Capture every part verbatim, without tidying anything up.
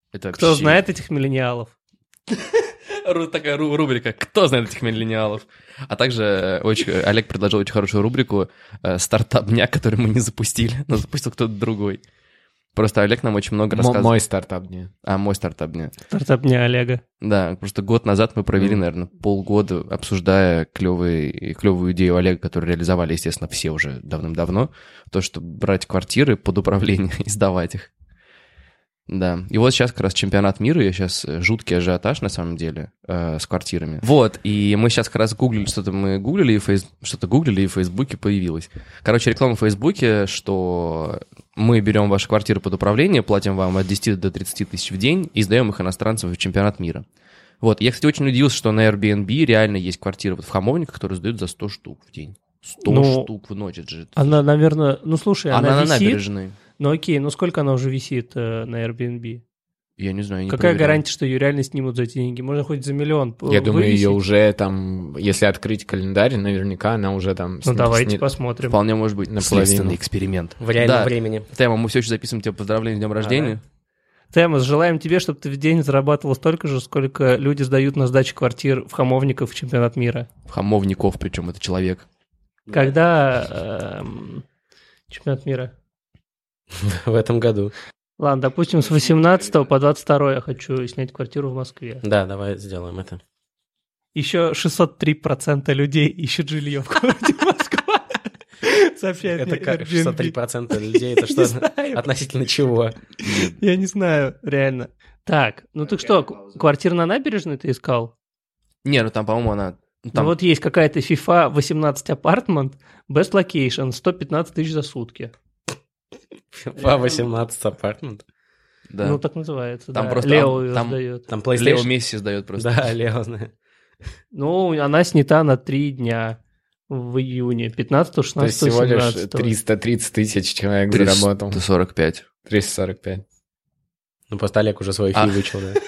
Это Кто вообще... знает этих миллениалов? Такая рубрика «Кто знает этих миллениалов?». А также очень, Олег предложил очень хорошую рубрику «Стартап дня», который мы не запустили, но запустил кто-то другой. Просто Олег нам очень много рассказывал. Мой стартап дня. А, мой стартап дня. Стартап дня Олега. Да, просто год назад мы провели, Mm. наверное, полгода, обсуждая клевые, клевую идею Олега, которую реализовали, естественно, все уже давным-давно. То, что брать квартиры под управление и сдавать их. Да, и вот сейчас как раз чемпионат мира, и сейчас жуткий ажиотаж, на самом деле, э, с квартирами. Вот, и мы сейчас как раз гуглили, что-то мы гуглили, и фейс... что-то гуглили, и в Фейсбуке появилось. Короче, реклама в Фейсбуке, что мы берем ваши квартиры под управление, платим вам от десяти до тридцати тысяч в день и сдаем их иностранцам в чемпионат мира. Вот, я, кстати, очень удивился, что на Airbnb реально есть квартиры вот в Хамовниках, которые сдают за сто штук в день. сто Ну, штук в ночь, это же... Она, наверное, ну слушай, она, Она на висит. набережной. Ну окей, ну сколько она уже висит э, на Airbnb? Я не знаю, не Какая проверял. гарантия, что ее реально снимут за эти деньги? Можно хоть за миллион Я думаю, вывесить. ее уже там, если открыть календарь, наверняка она уже там... Ну сни- давайте сни- посмотрим. Вполне может быть Наполовину. следственный эксперимент. В реальном Да. времени. Тема, мы все еще записываем тебе поздравления с днем рождения. Тема, желаем тебе, чтобы ты в день зарабатывал столько же, сколько люди сдают на сдачу квартир в Хамовниках в чемпионат мира. Хамовников, причем это человек. Когда эм, чемпионат мира? В этом году. Ладно, допустим, с восемнадцатого по двадцать второе я хочу снять квартиру в Москве. Да, давай сделаем это. Еще шестьсот три процента людей ищут жилье в городе Москва. Сообщает Это мне как Airbnb. шестьдесят три процента людей, это Не что знаю. относительно чего? Я не знаю, реально. Так, ну так что, к- квартира на набережной ты искал? Не, ну там, по-моему, она... ну, там- Ну вот есть какая-то FIFA восемнадцать апартмент, best location, сто пятнадцать тысяч за сутки. По восемнадцать апартмент. да. Ну так называется, Там да. просто Лео там- ее там- сдает. Там Лео PlayStation. Месси сдает просто. Да, Лео знает. Ну, она снята на три дня в июне, пятнадцатого, То есть шестнадцатого, всего лишь семнадцатого. триста тридцать тысяч человек заработал. триста сорок пять. триста сорок пять. Ну, просто Олег уже свой А. фи вычел, да.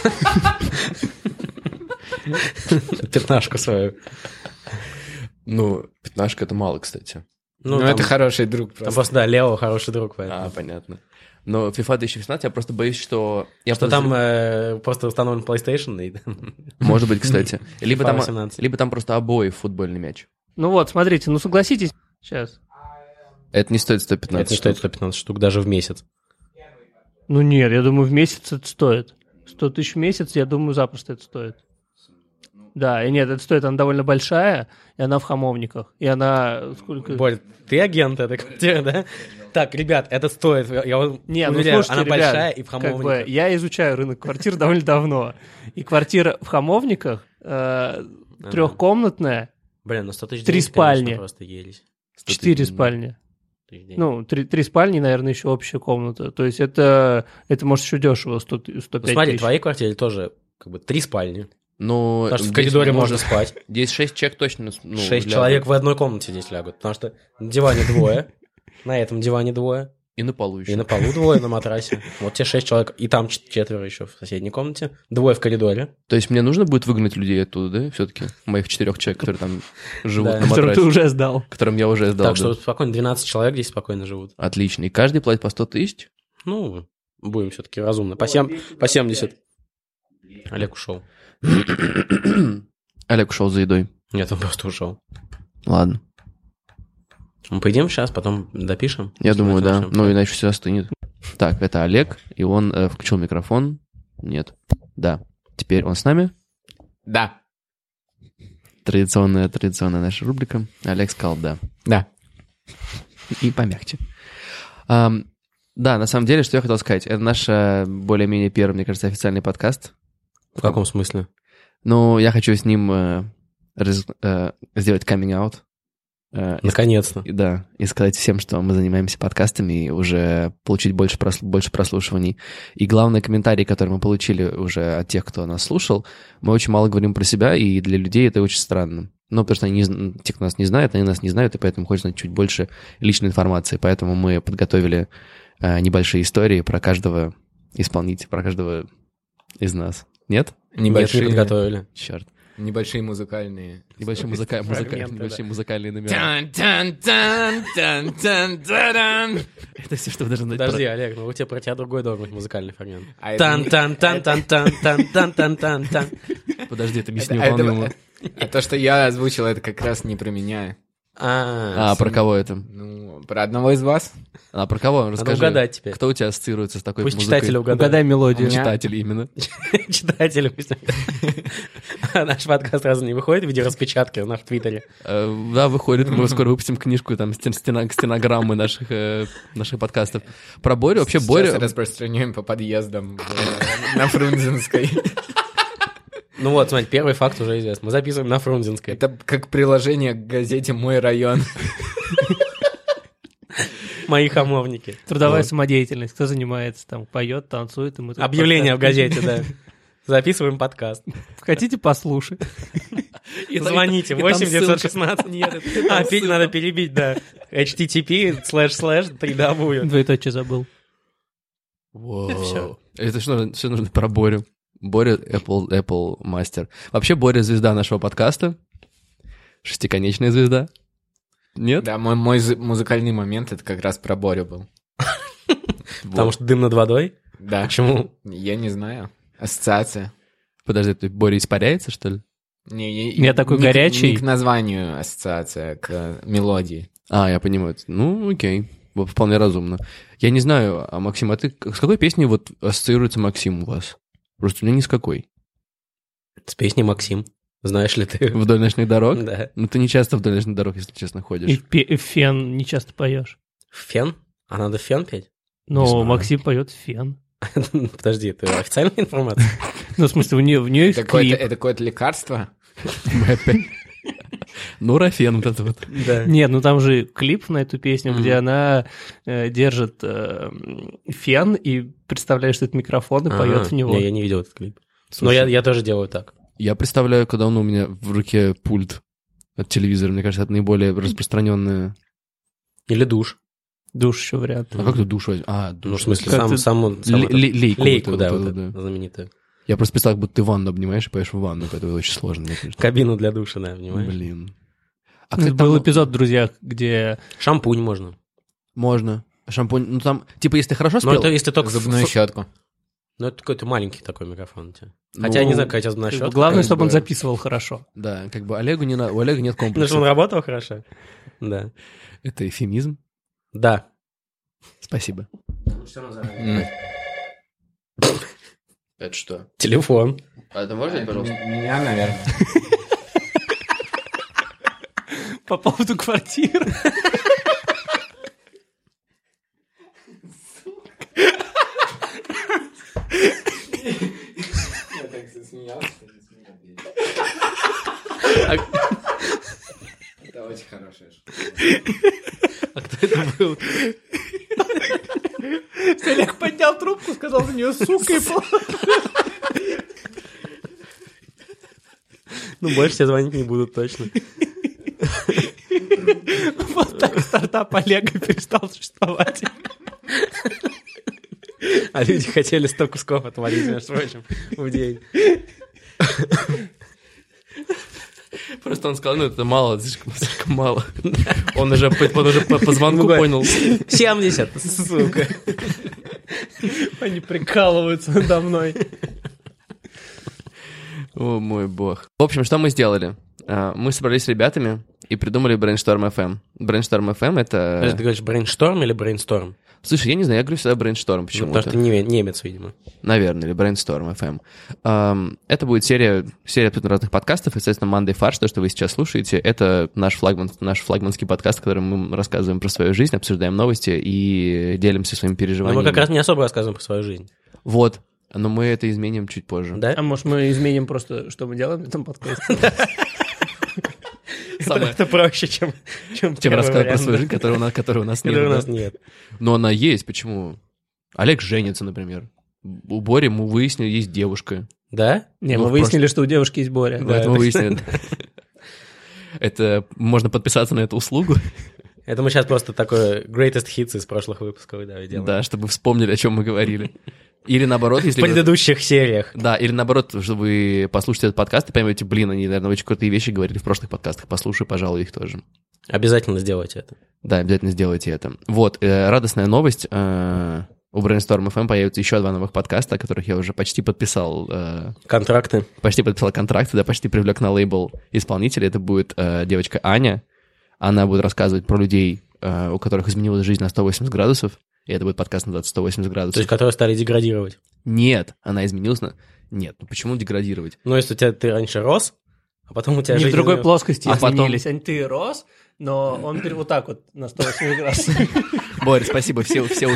Пятнашку свою. Ну, пятнашка это мало, кстати. Ну, там- это хороший друг Там просто. просто, да, Лео хороший друг, поэтому. А, понятно. Но FIFA две тысячи шестнадцать, я просто боюсь, что... Я Что там э, просто установлен PlayStation, и Может быть, кстати. Либо FIFA там, восемнадцать. либо там просто обои в футбольный мяч. Ну вот, смотрите, ну согласитесь. Сейчас. Это не стоит сто это пятнадцать не стоит штук. сто пятнадцать штук даже в месяц. Ну нет, я думаю, в месяц это стоит. сто тысяч в месяц, я думаю, запросто это стоит. Да, и нет, это стоит, она довольно большая, и она в Хамовниках. И она сколько... Боль, ты агент этой квартиры, да? Так, ребят, это стоит, я вам Не, ну уверяю, слушайте, она ребят, большая и в как бы Хамовниках. я изучаю рынок квартир довольно давно. И квартира в Хамовниках э, трехкомнатная, Блин, ну сто тысяч Три денег, конечно, спальни. просто ересь. четыре спальни. Тысяч денег. Ну, три, три спальни, наверное, еще общая комната. То есть это, это может еще дешево, сто, сто Ну, пять смотри, в тысяч. твоей квартире тоже как бы три спальни. Ну, Потому что в здесь коридоре можно- можно спать. Здесь шесть человек точно. Ну, Шесть лягут. человек в одной комнате здесь лягут. Потому что на диване двое, на этом диване двое, И на полу еще. и на полу двое на матрасе. Вот те шесть человек. И там чет- четверо еще в соседней комнате. Двое в коридоре. То есть мне нужно будет выгнать людей оттуда, да, все-таки? Моих четырех человек, которые там живут Да. на Которую матрасе. ты уже сдал. Которым я уже сдал. Так что да. спокойно, двенадцать человек здесь спокойно живут. Отлично. И каждый платит по сто тысяч? Ну, будем все-таки разумно. По, сем- по семьдесят. Олег ушел. Олег ушел за едой. Нет, он просто ушел. Ладно. Мы поедем сейчас, потом допишем. Я Если думаю, мы да. начнем. Ну, иначе все остынет. Так, это Олег, и он э, включил микрофон. Нет. Да. Теперь он с нами. Да. Традиционная, традиционная наша рубрика. Олег сказал «да». Да. И помягче. Ам, да, на самом деле, что я хотел сказать. Это наш э, более-менее первый, мне кажется, официальный подкаст. В каком смысле? Ну, я хочу с ним э, раз- э, сделать каминг-аут. Э, и Наконец-то. И- Да, и сказать всем, что мы занимаемся подкастами, и уже получить больше, прос- больше прослушиваний. И главный комментарий, который мы получили уже от тех, кто нас слушал, мы очень мало говорим про себя, и для людей это очень странно. Ну, потому что они, не зн- те, кто нас не знает, они нас не знают, и поэтому хочется знать чуть больше личной информации. Поэтому мы подготовили э, небольшие истории про каждого исполнителя, про каждого из нас. Нет? Нет, не подготовили. Черт. Небольшие музыкальные. Небольшие, музыка... музыка... Фрагменты, Небольшие да. музыкальные номера. Тан-тан-тан-тан-тан-тан-тан. Это все, что вы должны знать. Подожди, Олег, ну у тебя про тебя другой должен быть музыкальный фрагмент. А это тан не- тан тан тан тан тан тан тан тан тан про- Подожди, это объясню А это- волнуемо. а то, что я озвучил, это как раз не про меня. А, А, про кого это? Ну, про одного из вас. А, про кого? надо Расскажи. угадать теперь. Кто у тебя ассоциируется с такой Пусть музыкой? читатели угадают. Угадай мелодию. У меня- Читатель именно. Читатели пусть. А наш подкаст сразу не выходит в виде распечатки в нашем твиттере. Э, Да, выходит, мы скоро выпустим книжку, там, стен- стена- стенограммы наших, э, наших подкастов. Про Борю, вообще Сейчас Боря... распространяем по подъездам э, на Фрунзенской. Ну вот, смотри, первый факт уже известен. Мы записываем на Фрунзенской. Это как приложение к газете «Мой район». Мои хамовники. Трудовая Вот. самодеятельность. Кто занимается, там, поет, танцует. И мы тут Объявление в подкаст газете, да. Записываем подкаст. пишем. Хотите послушать? Звоните, и там восемь девятьсот ссылка. шестнадцать. Нет, это А, пи- надо перебить, да. эйч ти ти пи слэш слэш три дабл ю. Двоеточие забыл. Воу. Это что нужно, что нужно про Борю? Боря Apple, Apple мастер. Вообще Боря звезда нашего подкаста. Шестиконечная звезда. Нет? Да, мой, мой з- музыкальный момент, это как раз про Борю был. Потому что дым над водой? Да. Почему? Я не знаю. Ассоциация. Подожди, ты Боря испаряется, что ли? Не, не, Я такой не к- горячий. Не к названию ассоциация, к э, мелодии. А, я понимаю. Ну, окей. Вот вполне разумно. Я не знаю, а Максим, а ты к- с какой песней вот ассоциируется Максим у вас? Просто у меня ни с какой. С песней «Максим». Знаешь ли ты? Вдоль ночных дорог? Да. Ну, ты не часто вдоль ночных дорог, если честно, И ходишь. пе- и фен не часто поешь. Фен? А надо фен петь? Не Но знаю. Максим поет фен. Подожди, это официальная информация? Ну, в смысле, у нее, у нее есть Это какое-то, клип. это какое-то лекарство? Мы опять- Ну, Рафен вот это вот. Да. Нет, ну там же клип на эту песню, Мгм. где она э, держит э, фен и представляет, что это микрофон, и поет в него. Не, я не видел этот клип. Но я, я тоже делаю так. Я представляю, когда он у меня в руке пульт от телевизора. Мне кажется, это наиболее распространенное. Или душ. Душ еще вариант. А как ты душ возьмешь? А, душ. Ну, в смысле, Как сам, ты- сам, он- сам Ле- это- ле- лейку. лейку, вот да, эту, вот вот эту эту, да. знаменитую. Я просто представил, как будто ты ванну обнимаешь и поешь в ванну, поэтому это очень сложно, мне кажется. Кабину для душа, да, понимаешь? Блин. А, Ну, кстати, был там эпизод в «Друзьях», где... Шампунь можно. можно. Шампунь, ну там, типа, если ты хорошо Но спел... это если только... Зубную ф- щетку. Ну, это какой-то маленький такой микрофон у тебя. Ну, Хотя я не знаю, какая у тебя зубная как бы щетка. главное, как чтобы он бы- записывал хорошо. Да, как бы Олегу не надо, у Олега нет Ну, что комплексов. он работал хорошо? Да. Это эфемизм. Да. Спасибо. М. Это что? Телефон. А это можно, Меня, наверное. По поводу квартиры. Я так засмеялся, Это очень хорошая шутка. А кто это был? Олег поднял трубку, сказал в нее сука и Ну, больше тебе звонить не будут точно. вот так стартап Олега перестал существовать. А люди хотели сто кусков отвалить, между прочим, в день. Просто он сказал, ну это мало, слишком, слишком мало. Он уже, по- он уже по, по звонку Другой. понял. семьдесят, сука. Они прикалываются надо мной. О мой бог. В общем, что мы сделали? А, Мы собрались с ребятами и придумали Brainstorm эф эм. Brainstorm эф эм — это... Подожди, ты говоришь брейншторм или брейнсторм? Слушай, я не знаю, я говорю всегда Brainstorm Ну, почему-то. потому что ты не- немец, видимо. Наверное, или Brainstorm эф эм. Ам, Это будет серия, серия абсолютно разных подкастов. Естественно, Monday Farce, то, что вы сейчас слушаете, это наш, флагман, наш флагманский подкаст, в котором мы рассказываем про свою жизнь, обсуждаем новости и делимся своими Но переживаниями. мы как раз не особо рассказываем про свою жизнь. Вот. Но мы это изменим чуть позже. Да? А может, мы изменим просто, что мы делаем в этом подкасте? Самое- Это проще, чем, чем, Чем первый рассказывать про вариант, свою да. жизнь, которой у нас, которой у нас нет. Которой у да. нас нет. Но она есть. Почему? Олег женится, например. У Бори мы выяснили, есть девушка. Да? Не, Ну, мы в выяснили, что у девушки есть Боря. Да, это мы выяснили. Это можно подписаться на эту услугу, Это мы сейчас просто такой greatest hits из прошлых выпусков, да, делаем. да, чтобы вспомнили, о чем мы говорили. Или наоборот, В если вы... предыдущих сериях. Да, или наоборот, что вы послушаете этот подкаст и поймете, блин, они, наверное, очень крутые вещи говорили в прошлых подкастах. Послушай, пожалуй, их тоже. Обязательно сделайте это. Да, обязательно сделайте это. Вот, э, радостная новость. Э, у Brainstorm эф эм появится еще два новых подкаста, о которых я уже почти подписал... Э, Контракты. почти подписал контракты, да, почти привлек на лейбл исполнителя. Это будет э, девочка Аня. Она будет рассказывать про людей, э, у которых изменилась жизнь на сто восемьдесят градусов. И это будет подкаст на сто восемьдесят градусов. То есть, которые стали деградировать. Нет, она изменилась на... Нет, ну почему деградировать? Ну, если у тебя ты раньше рос, а потом у тебя Не в жизнь... другой изменилась. плоскости А потом- изменились. Они Ты рос, но он теперь вот так вот на сто восемьдесят градусов. Боря, спасибо, все... все...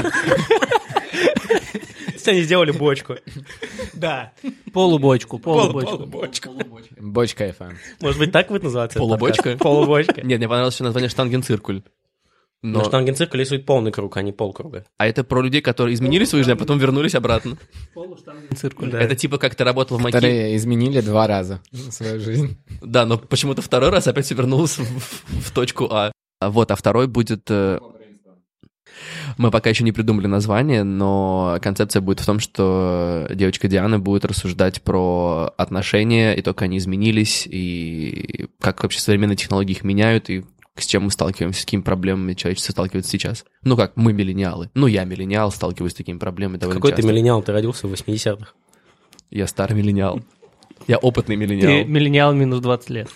Они сделали бочку. Да. Полубочку, полубочку. Полубочку. Бочка эф эм. Может быть, так будет называться? этот Полубочка? подкаст? Полубочка. Нет, мне понравилось еще название «Штангенциркуль». Но Но... штангенциркуль рисует полный круг, а не полкруга. А это про людей, которые изменили свою жизнь, а потом вернулись обратно. Циркуль. Да. Это типа как ты работал в Маки. Которые изменили два раза свою жизнь. Да, но почему-то второй раз опять все вернулось в, в- в точку А. А Вот, а второй будет... э, Мы пока еще не придумали название, но концепция будет в том, что девочка Диана будет рассуждать про отношения, и то, как они изменились, и как вообще современные технологии их меняют, и с чем мы сталкиваемся, с какими проблемами человечество сталкивается сейчас. Ну как, мы миллениалы. Ну, я миллениал, сталкиваюсь с такими проблемами довольно Какой ты часто. миллениал, ты родился в восьмидесятых. Я старый миллениал. Я опытный Ты миллениал. миллениал минус двадцать лет.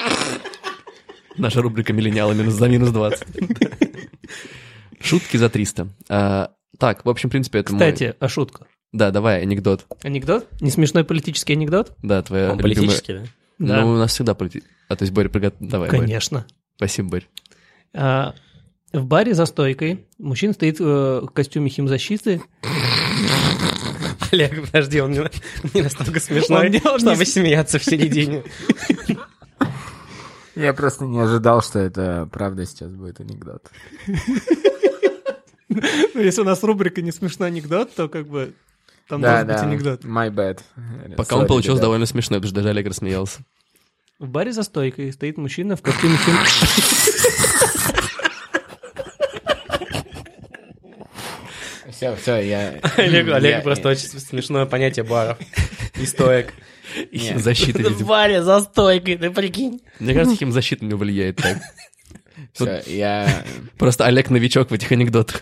Наша рубрика «Миллениалы» минус за минус двадцать. Шутки за триста. А, так, в общем, в принципе, это мой... Кстати, о шутках. Да, давай, анекдот. Анекдот? Не смешной политический анекдот? Да, твоя Он любимая... политический, да? Да. Ну, у нас всегда полити... А, то есть, Боря, пригот... давай, Боря. Конечно. Спасибо, Борь. А, в баре за стойкой мужчина стоит э, в костюме химзащиты. Олег, подожди, он не, не настолько смешной, Он не- он не чтобы с- смеяться в середине. Я просто не ожидал, что это правда сейчас будет анекдот. Ну, если у нас рубрика «Не смешной анекдот», то как бы там Да, должен быть да, анекдот. my bad. Пока Sorry, он получился ребят. довольно смешной, потому что даже Олег рассмеялся. В баре за стойкой стоит мужчина в костюме хим... Все, все, я... Олег, Олег я- просто очень смешное понятие баров и стоек. И Нет. химзащита, В видимо. баре за стойкой, ты прикинь. Мне кажется, химзащита на него влияет так. Всё, я... Просто Олег новичок в этих анекдотах.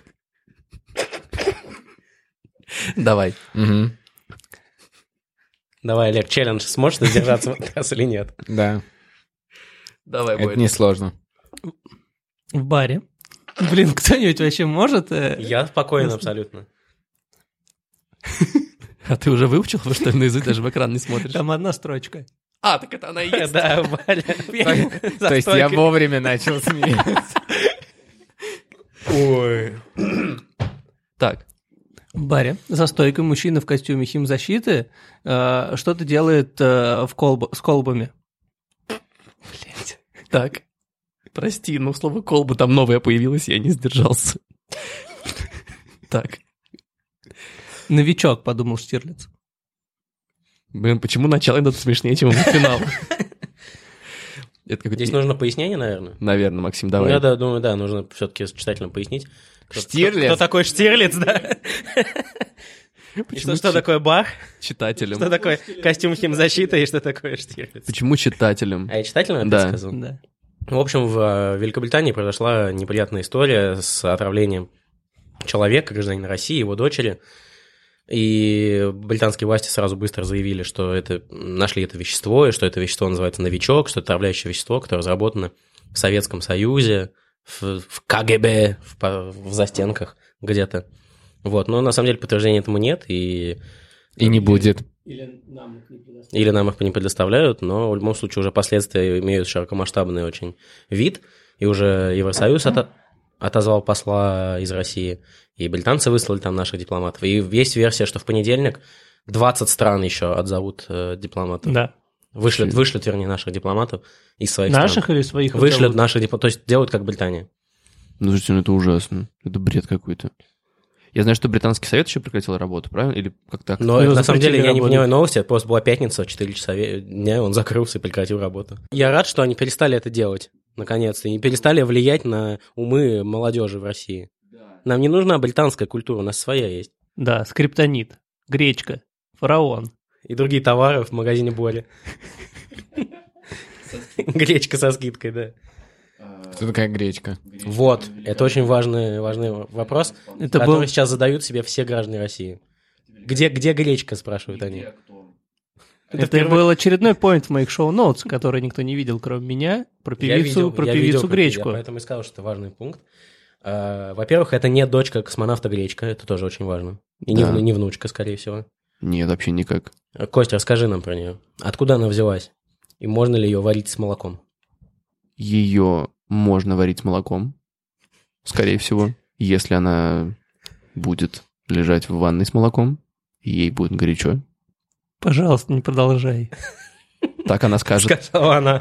Давай. Мгм. Давай, Олег, челлендж. Сможешь ты сдержаться в этот раз или нет? Да, Давай, это Боря. несложно. В баре. Блин, кто-нибудь вообще может? э, Я спокоен абсолютно. А ты уже выучил, потому что наизусть даже в экран не смотришь? Там одна строчка. А, так это она и есть. Да, в баре. За То есть я стойкой. вовремя начал смеяться. Ой. Так, В баре за стойкой мужчина в костюме химзащиты э, что-то делает э, в колб- с колбами. блядь. Так. Прости, но слово «колба» там новое появилось, я не сдержался. Так. Новичок, подумал Штирлиц. Блин, почему начало идет смешнее, чем финал? Это какой-то... Здесь нужно пояснение, наверное? Наверное, Максим, Ну, давай. я да, думаю, да, нужно все-таки читателям пояснить. Кто- Штирлиц? Кто, кто такой Штирлиц, да? И Почему что, что чи- такое бар? читателям? Что такое костюм химзащиты и что такое Штирлиц? Почему читателям? А я читателям опять Да. сказал? Да. В общем, в э, Великобритании произошла неприятная история с отравлением человека, гражданина России, его дочери. И британские власти сразу быстро заявили, что это нашли это вещество, и что это вещество называется новичок, что это отравляющее вещество, которое разработано в Советском Союзе, в, в КГБ, в, по- в застенках где-то. Вот, но на самом деле подтверждения этому нет, и И не будет. Или нам их не предоставляют. или нам их не предоставляют, но в любом случае уже последствия имеют широкомасштабный очень вид, и уже Евросоюз ото- отозвал посла из России, и британцы выслали там наших дипломатов, и есть версия, что в понедельник двадцать стран еще отзовут э, дипломатов. Да. Вышлют, вышлют, вернее, наших дипломатов из своих Наших стран. или своих? Вышлют отзовут? наших дипломатов, то есть делают как Британия. Ну, слушайте, ну это ужасно. Это бред какой-то. Я знаю, что британский совет еще прекратил работу, правильно? Или как так? Но Его на самом деле запретили я не работать. понимаю новости, это просто была пятница, в четыре часа ве- дня, он закрылся и прекратил работу. Я рад, что они перестали это делать, наконец-то, и перестали влиять на умы молодежи в России. Нам не нужна британская культура, у нас своя есть. Да, скриптонит. Гречка. Фараон. И другие товары в магазине Бори. Гречка со скидкой, да. Кто такая гречка? Вот, это очень важный, важный вопрос, Это который был- сейчас задают себе все граждане России. Где, где гречка, спрашивают они. Это впервые- был очередной поинт в моих шоу-ноутс, который никто не видел, кроме меня, про Я певицу, видел- про я певицу видел, как- Гречку. Я поэтому и сказал, что это важный пункт. А, Во-первых, это не дочка космонавта Гречка, это тоже очень важно. И не, Да. вну- не внучка, скорее всего. Нет, вообще никак. Костя, расскажи нам про нее. Откуда она взялась? И можно ли ее варить с молоком? Ее можно варить с молоком, скорее всего, если она будет лежать в ванной с молоком, ей будет горячо. Пожалуйста, не продолжай. Так она скажет. Сказала она.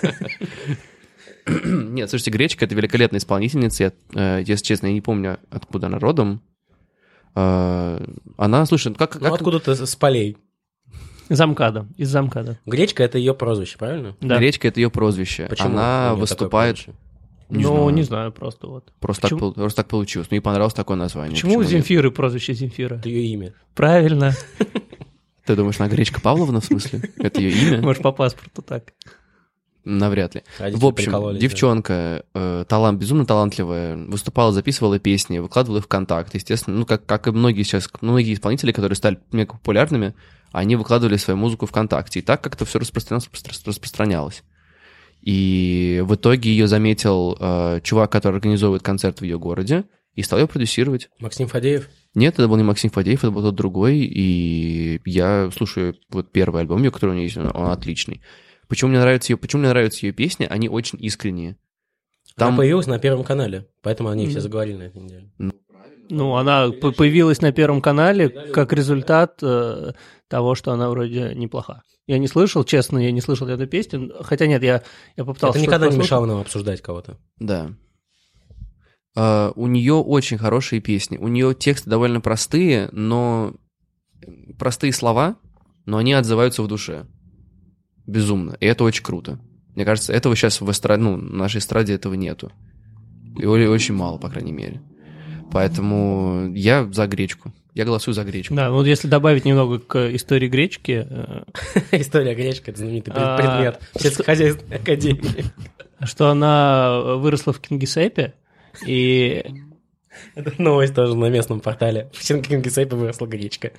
Нет, слушайте, Гречка — это великолепная исполнительница. Я, э, если честно, я не помню, откуда она родом. Э, Она, слушай, как... Ну, как- откуда-то с полей. Замкада, из замкада. Гречка — это ее прозвище, правильно? Да. Гречка — это ее прозвище. Почему? Она у неё выступает... такое прозвище? Не ну, знаю. не знаю, просто вот. Просто так, Почему- пол- просто так получилось. Мне понравилось такое название. Почему у нет? Земфиры прозвище Земфира? Это ее имя. Правильно. Ты думаешь, она Гречка Павловна, в смысле? Это ее имя? Может, по паспорту так. Навряд ли. Родители В общем, прикололись, девчонка, э, талант, безумно талантливая, выступала, записывала песни, выкладывала их в контакт. Естественно, ну, как, как и многие сейчас, многие исполнители, которые стали мега популярными, они выкладывали свою музыку ВКонтакте. И так как-то все распространялось, распро- распространялось. И в итоге ее заметил э, чувак, который организовывает концерт в ее городе, и стал ее продюсировать. Максим Фадеев? Нет, это был не Максим Фадеев, это был тот другой, и я слушаю вот первый альбом ее, который у нее есть, он, он отличный. Почему мне нравится ее, почему мне нравятся ее песни? Они очень искренние. Там... Там- Она появилась на Первом канале, поэтому они Мгм. все заговорили на этой неделе. Ну, она п- появилась на Первом канале как результат э, того, что она вроде неплоха. Я не слышал, честно, я не слышал эту песню. Хотя нет, я, я попытался... Это что-то никогда не послушать. мешало нам обсуждать кого-то. Да. А, у нее очень хорошие песни. У нее тексты довольно простые, но простые слова, но они отзываются в душе. Безумно. И это очень круто. Мне кажется, этого сейчас в эстраде, ну, в нашей эстраде этого нету. И о- очень мало, по крайней мере. Поэтому я за Гречку. Я голосую за Гречку. Да, ну вот если добавить немного к истории гречки, э, История гречка — это знаменитый пред- А, предмет в сельскохозяйственной академии. что она выросла в Кингисеппе, и Это новость тоже на местном портале. В Кингисеппе выросла гречка.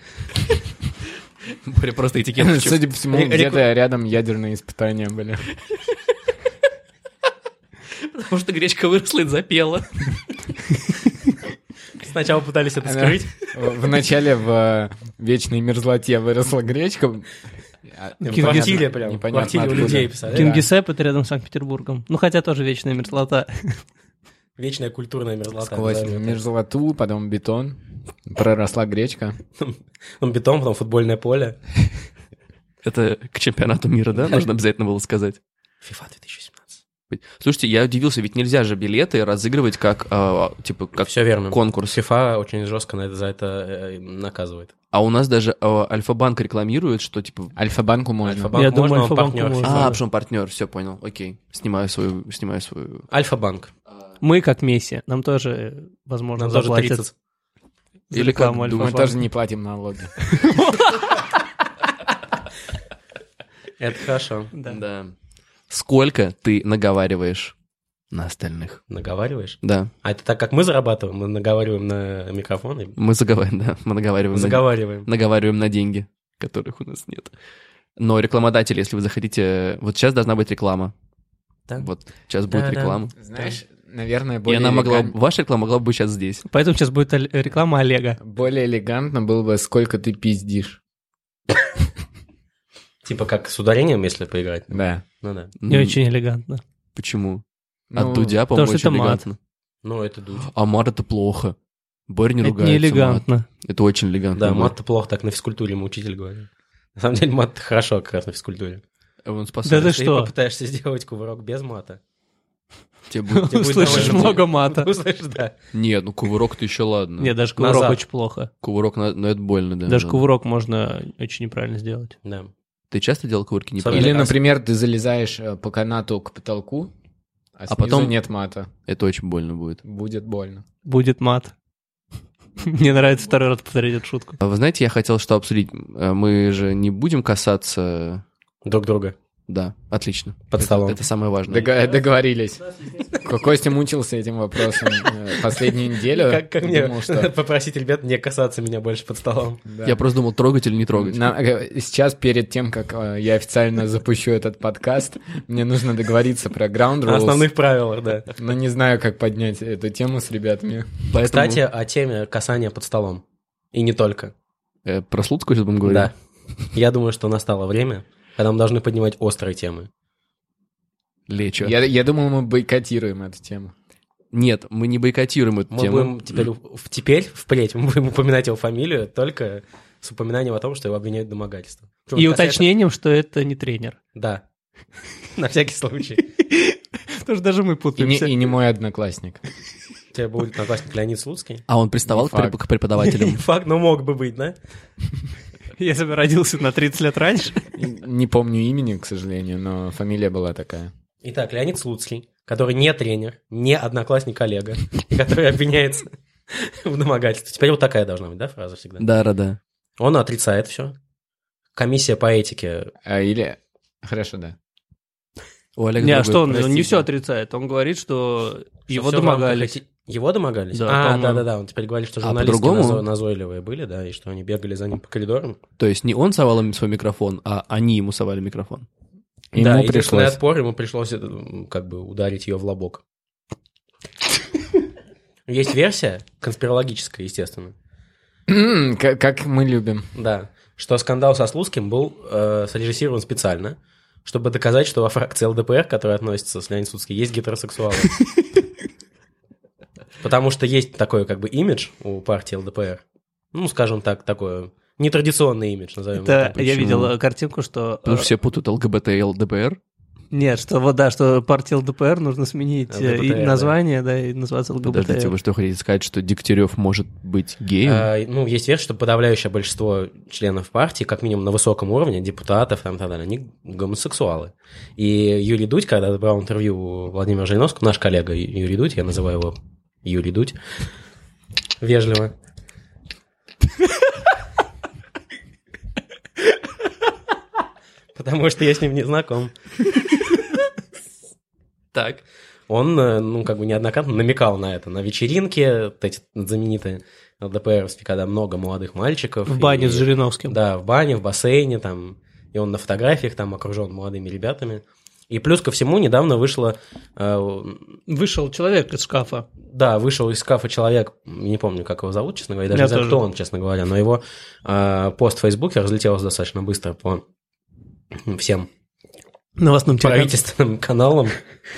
Просто этикетка. Судя по всему, Ре- где-то рядом ядерные испытания были. Потому что Гречка выросла и запела. Сначала пытались это Она скрыть. В начале в вечной мерзлоте выросла гречка. А, В непонятно- квартире прям. В непонятно квартире у откуда. людей, представляешь? Кингисепп — это рядом с Санкт-Петербургом. Ну, хотя тоже вечная мерзлота. Вечная культурная мерзлота. Сквозь назовем это. мерзлоту, потом бетон. Проросла гречка. Ну, бетон, потом футбольное поле. Это к чемпионату мира, да? Нужно обязательно было сказать. FIFA две тысячи семнадцать. Слушайте, я удивился, ведь нельзя же билеты разыгрывать как, а, типа, как Все верно. конкурс. FIFA очень жестко на это, за это э, наказывает. А у нас даже а, Альфа-банк рекламирует, что типа... Альфа-банку можно. Альфа-банк Я можно, думаю, он Альфа-банку партнер можно. А, FIFA. потому что он партнер, все, понял, окей. Снимаю свою... Снимаю свою... Альфа-банк. Мы, как Месси, нам тоже, возможно, Нам тоже заплатят тридцать. за Или как, рекламу Мы Альфа-банка. тоже не платим налоги. Это хорошо. Да. Да. Сколько ты наговариваешь на остальных? Наговариваешь? Да, А это так, как мы зарабатываем? Мы наговариваем на микрофон и мы заговариваем, да, мы наговариваем, на, заговариваем. наговариваем на деньги, которых у нас нет. Но рекламодатель, если вы захотите... Вот сейчас должна быть реклама. Да. Вот сейчас будет Да-да. реклама. Знаешь, наверное, И более, она могла... элегант- Ваша реклама могла бы быть сейчас здесь. Поэтому сейчас будет аль- реклама Олега. более элегантно было бы, сколько ты пиздишь. Типа как с ударением, если поиграть. Да. Ну да. Не М, очень элегантно. Почему? Ну, От Дудя, потому по-моему, что очень это мат. элегантно. Ну, это дуть. А мат — это плохо. Борь не Это ругается. не элегантно. мат. Это очень элегантно. Да, Борь. мат-то плохо, так на физкультуре ему учитель говорит. На самом деле мат хорошо как раз на физкультуре. Он Да спасает. ты Если что? попытаешься сделать кувырок без мата. Тебе будет- Тебе будет Услышишь довольно много мата. Услышишь, да. Нет, ну кувырок-то еще ладно. Нет, даже кувырок Назад. очень плохо. Кувырок, на- ну это больно, да. Даже да. кувырок можно очень неправильно сделать. Да. Ты часто делал кувырки Особенно- неправильно? Или, а- например, ты залезаешь э, по канату к потолку, а, А снизу потом- нет мата. Это очень больно будет. Будет больно. Будет мат. Мне нравится второй раз повторить эту шутку. А вы знаете, я хотел что обсудить. А Мы же не будем касаться... Друг друга. Да, отлично. Под Это- столом. Это самое важное. Дог- Договорились. Костя мучился этим вопросом э, последнюю неделю. Как, как мне Думал, что- попросить ребят не касаться меня больше под столом? Да. Я просто думал, трогать или не трогать. На- э, Сейчас, перед тем, как э, я официально запущу этот подкаст, мне нужно договориться про ground О rules. основных правилах, да. Но не знаю, как поднять эту тему с ребятами. Поэтому, Кстати, о теме касания под столом. И не только. э, про Слуцкую сейчас будем говорить? Да. Я думаю, что настало время, когда мы должны поднимать острые темы. Лечо. Я, я думал, мы бойкотируем эту тему. Нет, мы не бойкотируем эту Мы тему. будем теперь, в- теперь, впредь, мы будем упоминать его фамилию только с упоминанием о том, что его обвиняют в домогательстве. Причем И касается- уточнением, что это не тренер. Да. На всякий случай. Потому что даже мы И не, путаемся. и не мой одноклассник. У тебя будет одноклассник Леонид Слуцкий. А он приставал Не к, преп- факт. к преподавателям? Факт, но мог бы быть, да? Если бы родился на тридцать лет раньше. Не помню имени, к сожалению, но фамилия была такая. Итак, Леонид Слуцкий, который не тренер, не одноклассник коллега, который обвиняется в домогательстве. Теперь вот такая должна быть, да, фраза всегда? Да, да, да. Он отрицает все. Комиссия по этике. А, или... Хорошо, да. У Олега Не, а другой- что он, он не простите. все отрицает. Он говорит, что что его всё в рамках домогались. эти- Его домогались? Да, а, по-моему. да-да-да, он теперь говорит, что А журналисты по-другому? назо- назойливые были, да, и что они бегали за ним по коридорам. То есть не он совал им свой микрофон, а они ему совали микрофон. Ему да, единственный пришлось. отпор, ему пришлось э, как бы ударить ее в лобок. Есть версия, конспирологическая, естественно, М, Как, как мы любим. да, что скандал со Слуцким был э, срежиссирован специально, чтобы доказать, что во фракции ЛДПР, которая относится с Леонидом Слуцким, есть гетеросексуалы. Потому что есть такой как бы имидж у партии ЛДПР. Ну, скажем так, такой нетрадиционный имидж, назовем Это его так. я Почему? видел э, картинку, что... Потому что э, все путают ЛГБТ и ЛДПР. Нет, что вот да, что партия ЛДПР нужно сменить э, и ЛГБТ, название, да, и называться Подождите, ЛГБТ. вы что хотите сказать, что Дегтярев может быть геем? А, ну, есть версия, что подавляющее большинство членов партии, как минимум на высоком уровне, депутатов там, и так далее, они гомосексуалы. И Юрий Дудь, когда брал интервью у Владимира Жириновского, наш коллега Ю- Юрий Дудь, я называю его Юрий Дудь, вежливо. Потому что я с ним не знаком. Так. Он, э, ну, как бы неоднократно намекал на это, на вечеринке, вот эти знаменитые ЛДПРовские, когда много молодых мальчиков. В бане и- с Жириновским. Да, в бане, в бассейне, там, и он на фотографиях там окружен молодыми ребятами. И плюс ко всему недавно вышло, э, Вышел человек из шкафа. да, вышел из шкафа человек, не помню, как его зовут, честно говоря, даже Я не знаю, тоже. кто он, честно говоря, но его э, пост в Фейсбуке разлетелся достаточно быстро по всем Новостным телеканалом. правительственным каналам.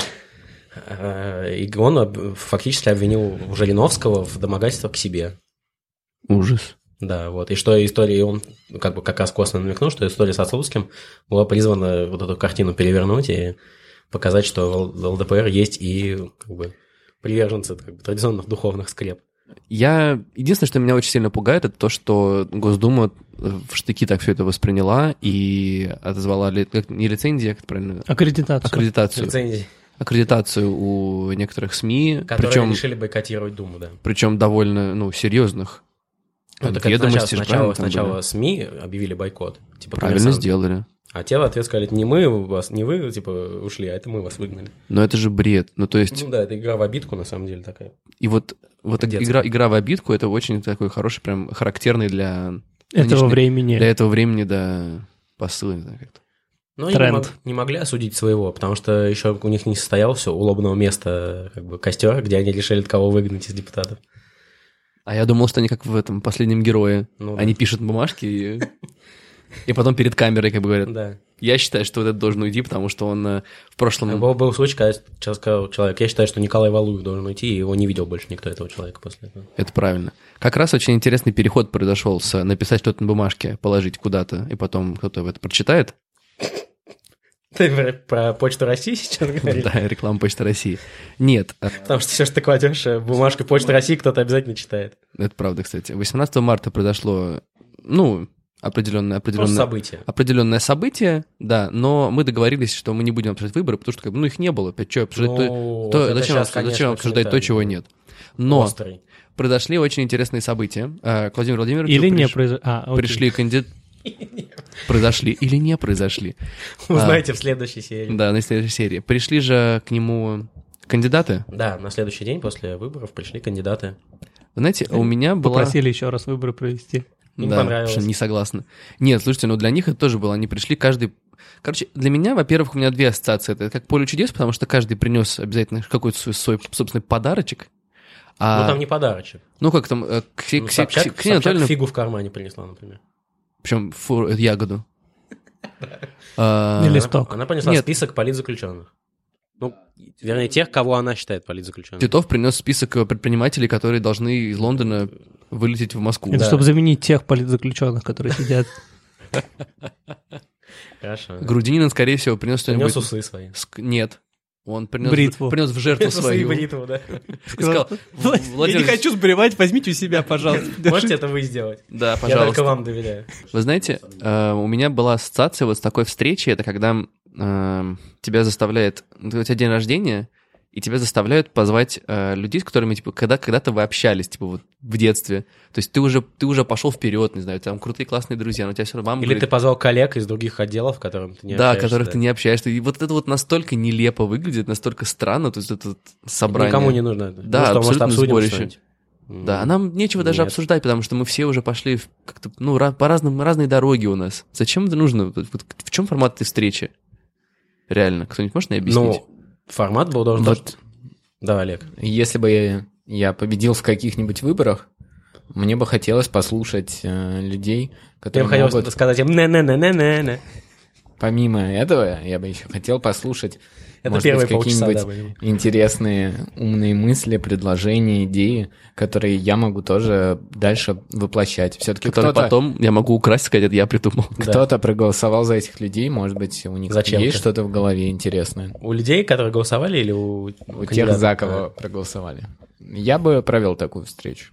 Э, И он об- фактически обвинил Жириновского в домогательствах к себе. Ужас. Да, вот. И что история, и он как бы как раз косвенно намекнул, что история со Слуцким была призвана вот эту картину перевернуть и показать, что в ЛДПР есть и как бы приверженцы как бы, традиционных духовных скреп. Я... Единственное, что меня очень сильно пугает, это то, что Госдума в штыки так все это восприняла и отозвала ли... как- не лицензия, как это правильно? Аккредитацию. Аккредитацию. Лицензии, Аккредитацию у некоторых СМИ, которые причем, решили бойкотировать Думу, да. причем довольно, ну, серьезных. Ну, Там так это ведомости сначала, же правильно сначала, там сначала были? СМИ объявили бойкот. Типа Правильно коммерсанты. сделали. А те в ответ сказали, не мы вас, не вы, типа, ушли, а это мы вас выгнали. Но это же бред. Ну, то есть, Ну да, это игра в обидку, на самом деле, такая. и вот, вот Детская. игра, игра в обидку, это очень такой хороший, прям характерный для... Этого нынешней- времени. Для этого времени, да, посыл, не знаю, как-то. Но они Тренд. не, мог- не могли осудить своего, потому что еще у них не состоялся у лобного места как бы костер, где они решили кого выгнать из депутатов. А я думал, что они как в этом «Последнем герое». Ну да. Они пишут бумажки и... И потом перед камерой как бы говорят, Да. я считаю, что вот этот должен уйти, потому что он э, в прошлом... Был, был случай, когда сейчас сказал человек, я считаю, что Николай Валуев должен уйти, и его не видел больше никто этого человека после этого. Это правильно. Как раз очень интересный переход произошел с написать что-то на бумажке, положить куда-то, и потом кто-то это прочитает. Ты про, про Почту России сейчас говоришь? Да, реклама Почты России. Нет, э, Потому что все, что ты кладешь бумажку Почты России, кто-то обязательно читает. это правда, кстати. восемнадцатого марта произошло, ну, определенное, Просто определенное, событие. определенное событие, да, но мы договорились, что мы не будем обсуждать выборы, потому что как бы, ну, их не было. Опять что обсуждать? Ну, то, это зачем щас, обсуждать, конечно, зачем обсуждать то, комментарий. чего нет? Но острый. произошли очень интересные события. Э, к Владимиру Владимировичу Или приш- не произошло. А, окей. пришли кандидаты. Произошли или не произошли. Узнаете в следующей серии. Да, на следующей серии. Пришли же к нему кандидаты. Да, на следующий день после выборов пришли кандидаты. Вы знаете, у меня была... Попросили еще раз выборы провести. Им Да, понравилось. что не согласна. Нет, слушайте, ну для них это тоже было. Они пришли каждый... Короче, для меня, во-первых, у меня две ассоциации. Это как поле чудес, потому что каждый принес обязательно какой-то свой, свой собственный подарочек. А... Ну, там не подарочек. Ну, как там, э, Ксе- Ну, Ксе- Собчак, Ксе- Ксения Собчак Анатольевна... фигу в кармане принесла, например. Причем фу, э, ягоду. А, Или Она- Листок. Она принесла Нет. список политзаключенных. Ну, вернее, тех, кого она считает политзаключенными. Титов принес список э, предпринимателей, которые должны из Лондона вылететь в Москву. Это Да. чтобы заменить тех политзаключенных, которые сидят. Хорошо. Грудинин, скорее всего, принес что-нибудь... Принес усы свои. Ск- Нет. Он принес, Бритву. принес в жертву Усы и свою. бритву, да. И сказал, Владимир, сбривать, возьмите у себя, пожалуйста. Можете это вы сделать? да, Я только пожалуйста. вам доверяю. Вы знаете, э, у меня была ассоциация вот с такой встречей, это когда э, тебя заставляет... У тебя день рождения, и тебя заставляют позвать э, людей, с которыми, типа, когда, когда-то вы общались, типа, вот в детстве. То есть ты уже, ты уже пошел вперед, не знаю, там крутые классные друзья, но у тебя все равно мама Или говорит, ты позвал коллег из других отделов, которым ты не да, общаешься, которых да. ты не общаешься. И вот это вот настолько нелепо выглядит, настолько странно, то есть это вот собрание. Никому не нужно это. Да, Ну что, может, абсолютно обсудим сборище. что-нибудь? Да, а нам нечего даже Нет. обсуждать, потому что мы все уже пошли в как-то, ну, ra- по разным, разные дороги у нас. Зачем это нужно? Вот- вот в чем формат этой встречи? Реально, кто-нибудь может мне объяснить? Ну, формат был должен... Вот Да, Олег. если бы я, я победил в каких-нибудь выборах, мне бы хотелось послушать э, людей, Я которые бы хотел могут... сказать им не-не-не-не-не. Помимо этого, я бы еще хотел послушать, Это может первые быть, полчаса, какие-нибудь да, понимаю. интересные умные мысли, предложения, идеи, которые я могу тоже дальше воплощать. Все-таки Который кто-то, потом я могу украсть, сказать, это я придумал. Да. кто-то проголосовал за этих людей, может быть, у них Зачем-то. есть что-то в голове интересное. У людей, которые голосовали, или у... У тех, кандидатов? за кого проголосовали. Я бы провел такую встречу.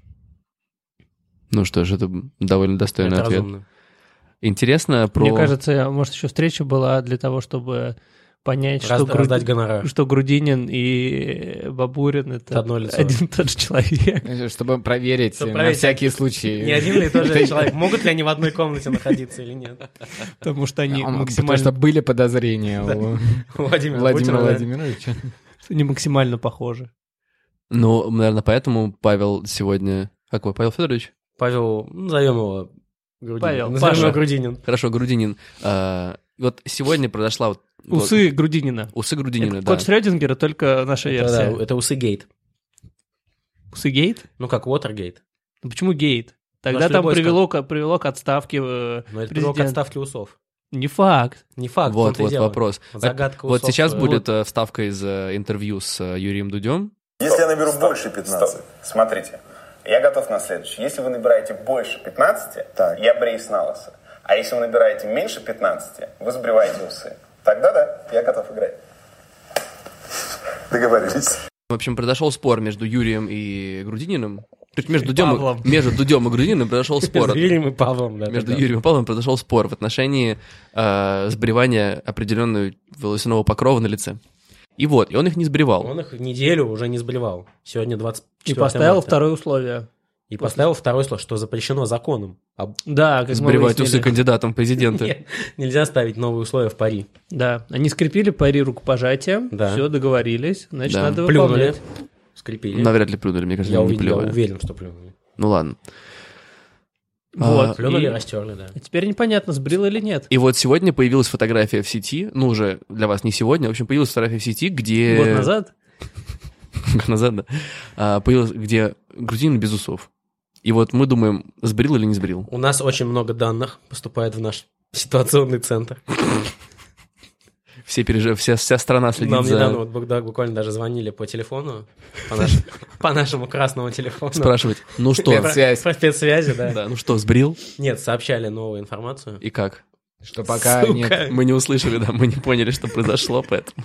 Ну что ж, это довольно достойный Это ответ. разумно. Интересно про... Мне кажется, может, еще встреча была для того, чтобы понять, что, Раз- Гру- Раздать гонорар. что Грудинин и Бабурин — это Это одно лицо. один и тот же человек. Чтобы проверить Чтобы на проверить, всякий случай. Не один ли тоже человек. Могут ли они в одной комнате находиться или нет? Потому что они А, Потому максимально, что были подозрения у Владимир Владимира Путина, да. Владимировича. они максимально похожи. Ну, наверное, поэтому Павел сегодня... Как вы, Павел Федорович? Павел, ну, назовем его Грудинин. Павел, Назовем Паша. его Грудинин. Хорошо, Грудинин. А, вот сегодня произошла... Вот, Усы Грудинина. Усы Грудинина, Это да. код Шрёдингера, только наша Это, да, версия. это Усыгейт. Усы гейт? Ну, как Уотергейт. Ну почему гейт? Тогда Может, там любой привело, к- привело к отставке э, Но это привело к президента. отставке усов. Не факт. Не факт. в Вот, том-то и вот дело. вопрос. Вот загадка Вот усов, сейчас э, будет э, вставка из э, интервью с э, Юрием Дудем. Если я наберу больше пятнадцати, смотрите, я готов на следующее. Если вы набираете больше пятнадцати, я бреюсь на лысо. А если вы набираете меньше пятнадцати, вы сбриваете усы. Тогда да, я готов играть. Договорились. В общем, произошел спор между Юрием и Грудининым. То есть между И Дудем, Павлом. и, между Дудем и Грудининым произошел спор. Между Юрием и Павлом, да. Между да. Юрием и Павлом произошел спор в отношении э, сбривания определенного волосяного покрова на лице. И вот, и он их не сбривал. Он их неделю уже не сбривал. Сегодня двадцать И четвёртое поставил марта. второе условие. И поставил второе слово, что запрещено законом. А Да, как мы Сбривать выяснили. усы кандидатам в президенты. нет, нельзя ставить новые условия в пари. Да, они скрепили пари рукопожатием, Да. все, договорились, значит, Да. надо Плюнули, выполнять. скрепили. Навряд ли плюнули, мне кажется, я, они не увидел, я плевали. уверен, что плюнули. Ну ладно. Вот. А, Плюнули, И- растерли, да. А теперь непонятно, сбрил или нет. И вот сегодня появилась фотография в сети, ну уже для вас не сегодня, в общем, появилась фотография в сети, где... Год назад. Год назад, да. А, появилась, где Грудинин без усов. И вот мы думаем, сбрил или не сбрил. У нас очень много данных поступает в наш ситуационный центр. Все переж... вся, вся страна следит Нам за... недавно вот буквально буквально даже звонили по телефону, по, наш- по нашему красному телефону. Спрашивать, ну что? Спец- Связь. По спецсвязи, да. Да, ну что, сбрил? Нет, сообщали новую информацию. И как? Что пока Сука. нет. Мы не услышали, да, мы не поняли, что произошло, поэтому...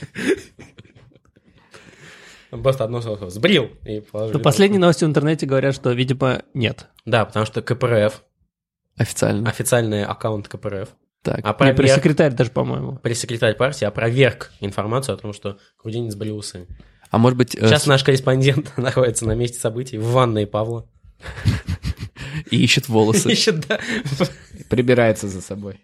Просто одно слово. Сбрил. И положили Но последние новости в интернете говорят, что, видимо, нет. Да, потому что КПРФ, Официально. официальный аккаунт КПРФ, Так. Не, опроверг, пресс-секретарь даже, по-моему. пресс-секретарь партии опроверг информацию о том, что Грудинин сбрил усы. А может быть... э, Сейчас с- наш корреспондент находится на месте событий в ванной Павла. И ищет волосы. Ищет, да. Прибирается за собой.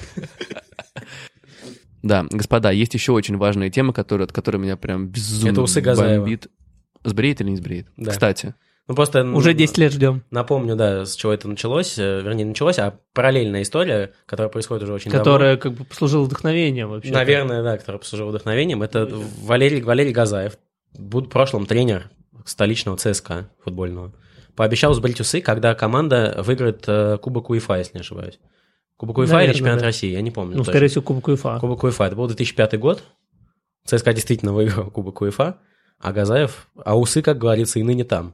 Да, господа, есть еще очень важная тема, которая, от которой меня прям безумно Это усы Газаева. бомбит. Сбреет или не сбреет? Да. Кстати. Ну, просто... Уже десять лет ждем. Напомню, да, с чего это началось. э, Вернее, не началось, а параллельная история, которая происходит уже очень Которая как бы послужила вдохновением вообще. давно. Наверное, да, которая послужила вдохновением. Это Валерий, Валерий Газаев, буд- в прошлом тренер столичного ЦСКА футбольного. Пообещал сбрить усы, когда команда выиграет э, Кубок УЕФА, если не ошибаюсь. Кубок УЕФА или Наверное, чемпионат да. России, я не помню. Ну, точно. скорее всего, Кубок УЕФА. Кубок УЕФА. Это был две тысячи пятый год. ЦСКА действительно выиграл Кубок УЕФА, а Газаев... А усы, как говорится, и ныне там.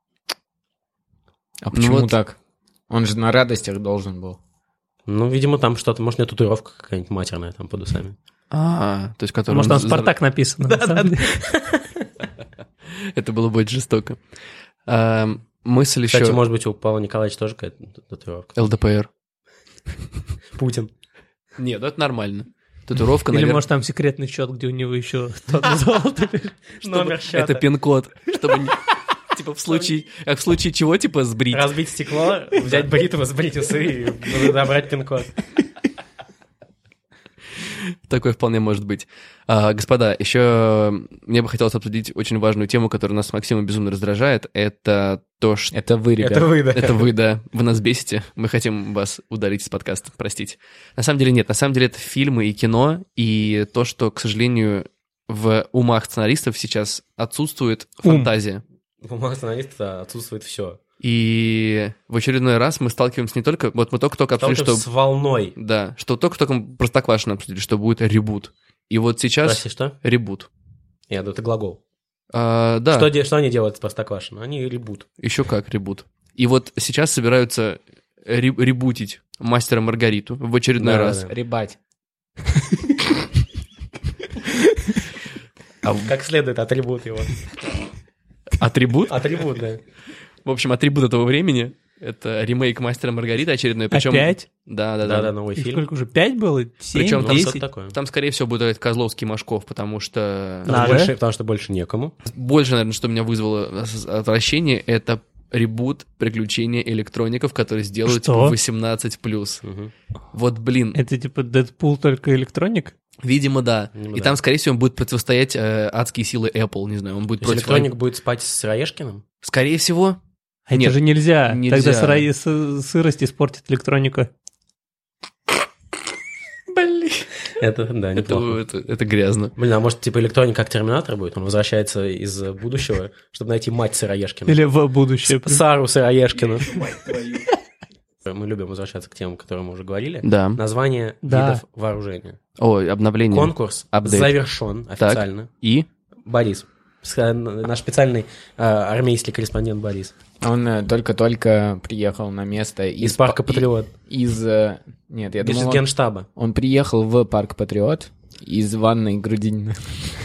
А почему вот- так? Он же на радостях должен был. Ну, видимо, там что-то... Может, у него татуировка какая-нибудь матерная там под усами. А, то есть который... Может, там он- «Спартак» написано. на самом деле. Это было бы очень жестоко. А, мысль Кстати, еще... может быть, у Павла Николаевича тоже какая-то татуировка. ЛДПР. Путин. Нет, это нормально. Татуировка, Или, наверное... может, там секретный счет, где у него еще тот золото. Номер счета. Это пин-код, чтобы... не- Типа в случае... Как в случае чего, типа, сбрить. Разбить стекло, взять бритву, сбрить усы и забрать пин-код. Такое вполне может быть. А, господа, еще мне бы хотелось обсудить очень важную тему, которая нас с Максимом безумно раздражает. Это то, что... Это вы, ребята. Это вы, да. Это вы, да. Вы нас бесите. Мы хотим вас удалить из подкаста, простите. На самом деле нет. На самом деле это фильмы и кино, и то, что, к сожалению, в умах сценаристов сейчас отсутствует Ум. фантазия. У умах сценариста отсутствует все. И в очередной раз мы сталкиваемся не только... Вот мы только-только обсудили, что... с волной. Да, что только-только Простоквашино обсудили, что будет ребут. И вот сейчас Прости, что? ребут. Я думаю, это глагол. А, да, Что, де- что они делают с Простоквашино? Они ребут. еще как ребут. И вот сейчас собираются ре- ребутить «Мастера Маргариту» в очередной Да, раз. да. Ребать. Как следует атрибут его. Атрибут? Атрибут, да. В общем, атрибут этого времени — это ремейк «Мастера Маргариты» очередной. Причем... Опять? Да, да, Да-да, да. новый И фильм. сколько уже? Пять было? Семь? Причем Ну, там что-то Десять? такое. Там, скорее всего, будет играть Козловский и Машков, потому что... Да. Потому Надо. что больше- Потому что больше некому. Больше, наверное, что меня вызвало отвращение, это ребут «Приключения электроников», которые сделают Что? типа восемнадцать плюс. Мгм. Вот, блин, Это типа Дэдпул, только электроник? видимо, да. Видимо, И да. там, скорее всего, он будет противостоять э, адские силы Apple, не знаю, он будет То есть против... электроник будет спать с Сыроежкиным? Скорее всего. А Нет, это же нельзя. нельзя. Тогда сыро- сы- сырость испортит электроника. Блин. Это, да, Это, неплохо. это, это грязно. Блин, а может, типа, электроник как Терминатор будет? Он возвращается из будущего, чтобы найти мать Сыроежкина. Или в будущее. Сару Сыроежкину. Мы любим возвращаться к темам, о которых мы уже говорили. Да. Название Да. видов вооружения. Ой, обновление. Конкурс Апдейт. завершен официально. И? Борис. С- э, Наш специальный э, армейский корреспондент Борис. Он э, только-только приехал на место из... Из парка па- и- Патриот. Из... э, Нет, я Из думал, он, Генштаба. он приехал в парк Патриот из ванной Грудинина.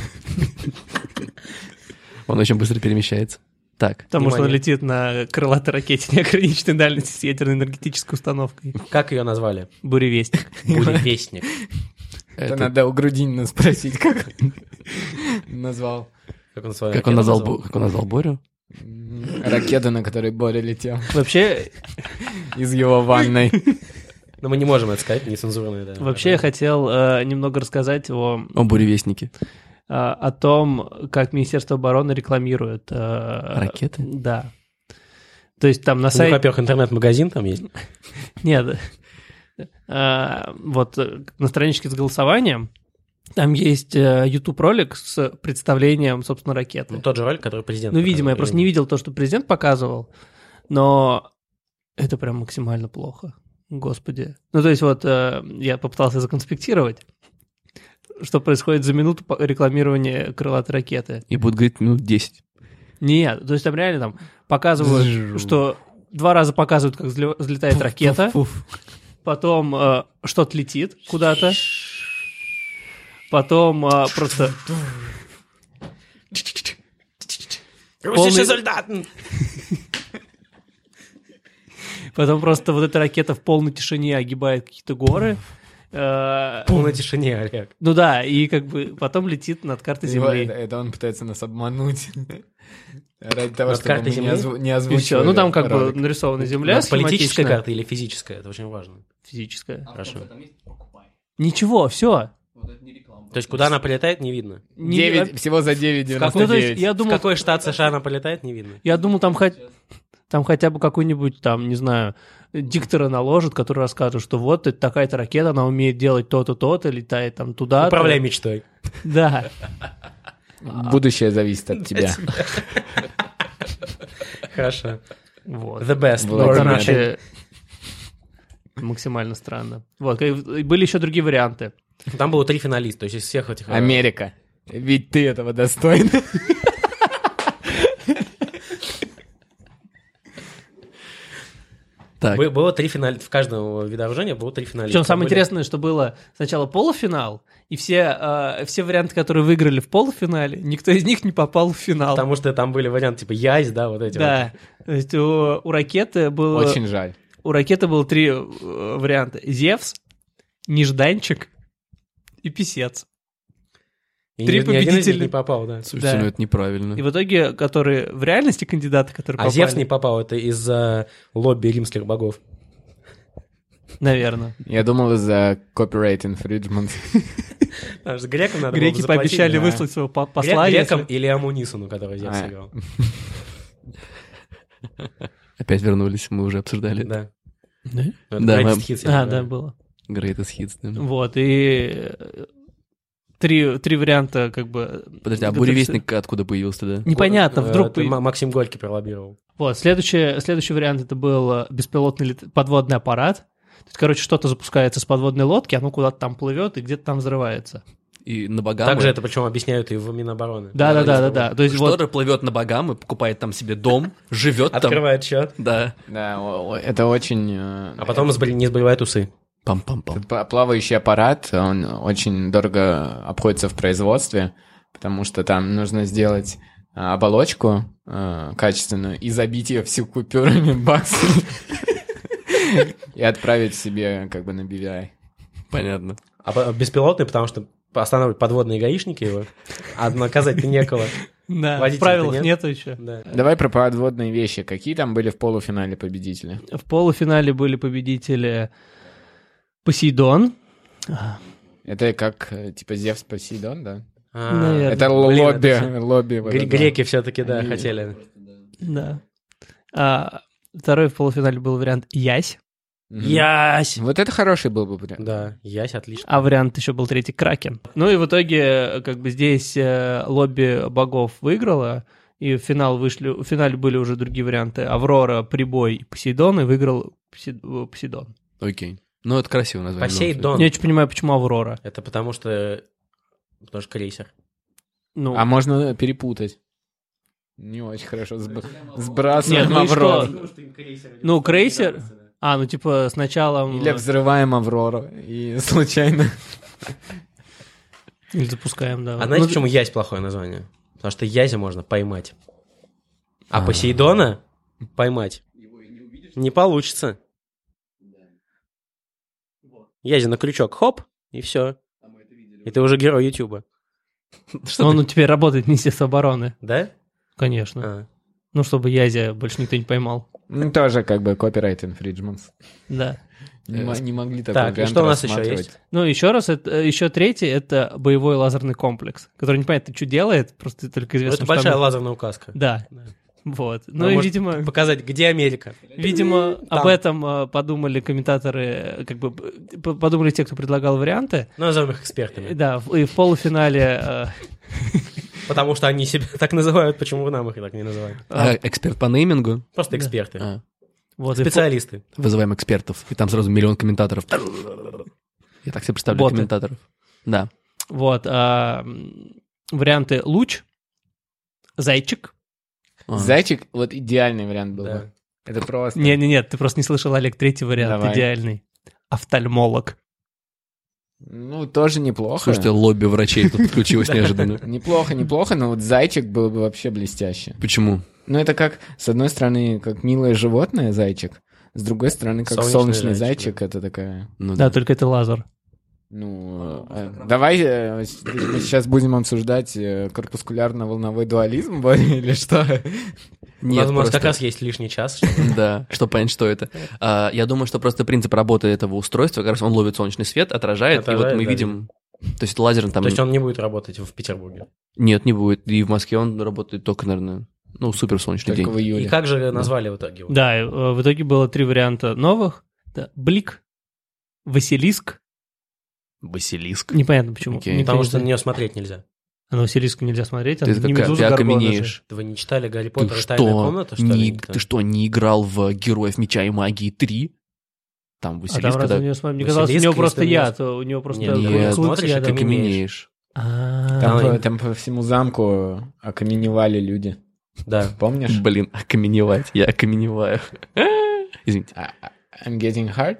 Он очень быстро перемещается. Так. Потому что он Внимание. летит на крылатой ракете неограниченной дальности с ядерной энергетической установкой. Как ее назвали? Буревестник. Буревестник. Это Это- надо у Грудинина спросить, как он назвал. Как он, свою Как он ракету назвал, назвал? Бо- как он назвал Борю? М, Ракета, на которой Боря летел. Вообще, Из его ванной. Но мы не можем это сказать, нецензурно. Да. вообще я хотел э, немного рассказать о, О буревестнике. э, о том, как Министерство обороны рекламирует... э, Ракеты? Да. То есть там на У них, сайте... во-первых, интернет-магазин там есть. Нет. А, Вот э, на страничке с голосованием там есть э, YouTube-ролик с представлением, собственно, ракеты. Ну, тот же ролик, который президент Ну, видимо, я показывал. просто не видел то, что президент показывал, но это прям максимально плохо. Господи. Ну, то есть вот э, я попытался законспектировать, что происходит за минуту по- рекламирования крылатой ракеты. И будет говорить минут десять. Нет, то есть там реально там показывают, что два раза показывают, как взле- взлетает ракета, потом э, что-то летит куда-то, потом э, просто... Русский полный- солдат! Потом просто вот эта ракета в полной тишине огибает какие-то горы, Э, В полной тишине, Олег. Ну да, и как бы потом летит над картой Его- Земли. Это, это он пытается нас обмануть. Ради того, Над чтобы мы картой не, Земли? озву- не И озвучивали все. Ну там как ролик. бы нарисована Земля Это политическая схематично. карта или физическая? Это очень важно. Физическая. Хорошо. Ничего, все. То есть куда она полетает, не видно. Девять- всего за девять девяносто Ну, то есть, девять. я В думал, какой штат США она полетает, не видно. я думал, там хоть там хотя бы какой-нибудь там, не знаю, диктора наложат, который расскажет, что вот это такая-то ракета, она умеет делать то-то, то-то, летает там туда. Управляй мечтой. Да. Будущее зависит от тебя. Хорошо. Вот. The best. Вот, Ну, Or короче, максимально странно. Вот, и были еще другие варианты. Там было три финалиста, то есть из всех этих... э, Америка. Ведь ты этого достоин. Так, бы- Было три финалиста, в каждом виде вооружения было три финалиста. Причем самое Были- интересное, что было сначала полуфинал, и все, э, все варианты, которые выиграли в полуфинале, никто из них не попал в финал. Потому что там были варианты типа Язь, да, вот эти Да. То есть у, у ракеты было... Очень жаль. У ракеты было три э, варианта. Зевс, Нежданчик и Писец. вот. И три ни- ни один из них победителя. не попал, да. слушайте, да. ну это неправильно. И в итоге, которые в реальности кандидаты, которые А попали... Зевс не попал, это из-за лобби римских богов. Наверное. Я думал из-за copyright infringement. Потому что грекам надо было Греки бы заплатить, пообещали да. выслать своего по- Грек- посла. Грекам если- или Амунисону, который Зевс А. играл. Опять вернулись, мы уже обсуждали. Да. Да? Это Да, Greatest мы- Hits, А, я да, знаю. было. Greatest Hits. да. Вот, и э, три, три варианта как бы... Подожди, а которые буревестник откуда появился, да? все- Непонятно, Э, вдруг... это появ- М- Максим Горький пролоббировал. Вот, следующий, следующий вариант это был э, беспилотный лет- подводный аппарат. То есть, короче, что-то запускается с подводной лодки, оно куда-то там плывет и где-то там взрывается. И на Багамы. Также это причем объясняют и в Минобороны. Да-да-да-да-да. То есть вот... Что-то плывет на Багамы, покупает там себе дом, живет там. Открывает счет, Да. Да, о- о, это очень... э, а потом сбри- не сбривает усы. Пам-пам-пам. Этот пла- плавающий аппарат, он очень дорого обходится в производстве, потому что там нужно сделать а, оболочку а, качественную и забить ее всю купюрами баксов и отправить себе как бы на би ви ай. Понятно. А по- беспилотный, потому что останавливают подводные гаишники его, а наказать-то некого. Да, в Водителя-то правилах нет? нету еще. Да. Давай про подводные вещи. Какие там были в полуфинале победители? В полуфинале были победители Посейдон. Это как, э, типа, Зевс Посейдон, да? А, Наверное. Это блин, лобби, это всё- лобби. вот Гре- это. Греки все-таки, да, Они- хотели. Да. А второй в полуфинале был вариант Ясь. Мгм. Ясь! Вот это хороший был бы вариант. Да, Ясь, отлично. А вариант еще был третий Кракен. Ну и в итоге, э, как бы здесь э, лобби богов выиграла, и в финал вышли, в финале были уже другие варианты. Аврора, Прибой и Посейдон, и выиграл Посе- э, Посейдон. Окей. Ну, это красиво название. Посейдон. Я не очень понимаю, почему Аврора. Это потому что... Потому что крейсер. Ну, А можно перепутать. Не очень хорошо. Сб- Нет, Сбрасываем ну и Аврору. что? Ну, крейсер... А, ну типа сначала... Или взрываем Аврору. И случайно... Или запускаем, да. А знаете, Ну, почему Ясь плохое название? Потому что Язя можно поймать. А Посейдона поймать не получится. Язи на крючок, хоп, и все. И ты уже герой Ютуба. Он ну, теперь работает в Министерстве обороны. Да? Конечно. А. Ну, чтобы Язя больше никто не поймал. Ну, тоже как бы copyright infringement. Да. Не, мо- не могли такой Так, и вариант что у нас еще рассматривать. есть? Ну, еще раз, это, еще третий — это боевой лазерный комплекс, который непонятно, что делает, просто только Ну, известно, это что большая оно- лазерная указка. Да, Да. вот. Она Ну и, может видимо, Показать, где Америка. видимо Там. об этом э, подумали комментаторы, э, как бы п- подумали те, кто предлагал варианты. Ну, назовем их экспертами. Да, в- и в полуфинале... э, Потому что они себя так называют, почему нам их так не называем? А, эксперт по неймингу? Просто эксперты. А, вот, и в пол- Специалисты. вызываем экспертов. И там сразу миллион комментаторов. Я так себе представляю Боты. комментаторов. Да. Вот, а, м, варианты луч, зайчик. А. Зайчик, вот идеальный вариант был Да. бы. Это просто... Не-не-не, ты просто не слышал, Олег, третий вариант, Давай. идеальный. Офтальмолог. Ну, тоже неплохо. Слушайте, лобби врачей тут подключилось неожиданно. Неплохо, неплохо, но вот зайчик был бы вообще блестяще. Почему? Ну, это как, с одной стороны, как милое животное, зайчик, с другой стороны, как Солнечный солнечный зайчик, зайчик, это такая... Ну Да, только это лазер. Ну, э, давай э, мы сейчас будем обсуждать э, корпускулярно-волновой дуализм или что? Нет, у нас просто- как раз есть лишний час. Да, чтобы понять, что это. А, я думаю, что просто принцип работы этого устройства, как раз он ловит солнечный свет, отражает, и вот Отражает, мы да. видим... То есть лазерно там... То есть он не будет работать в Петербурге. Нет, не будет. И в Москве он работает только, наверное, ну, супер солнечный Только день. в июле. И как же назвали в итоге? его? Да, э, в итоге было три варианта новых. Да, Блик, Василиск. Василиск. Непонятно почему. Окей. Никто Потому не что на знает. нее смотреть нельзя. А на Василиску нельзя смотреть. Ты, она это не как- медуза, ты горгона же. окаменеешь. Да вы не читали Гарри Ты Поттер и Тайная что, комната, что не, ли? ты что, не играл в Героев Меча и Магии три? Там А там Василиск, разве да? у него, смотри, мне казалось, у Василиск, него просто если яд, у него просто Нет, клык нет, смотришь, ядом. Ты и каменеешь. А, Там, Там- по, там по всему замку окаменевали люди. Да. Помнишь? Блин, окаменевать. Я окаменеваю. Извините. А- а- I'm getting hard?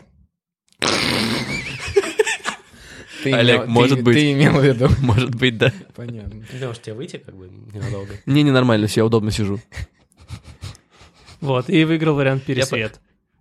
Ты Олег, имел- может ты- быть. Ты имел в виду? Может быть, да. Понятно. Ты можешь тебе выйти как бы ненадолго. Не, не нормально, все, я удобно сижу. вот, и выиграл вариант пересвет.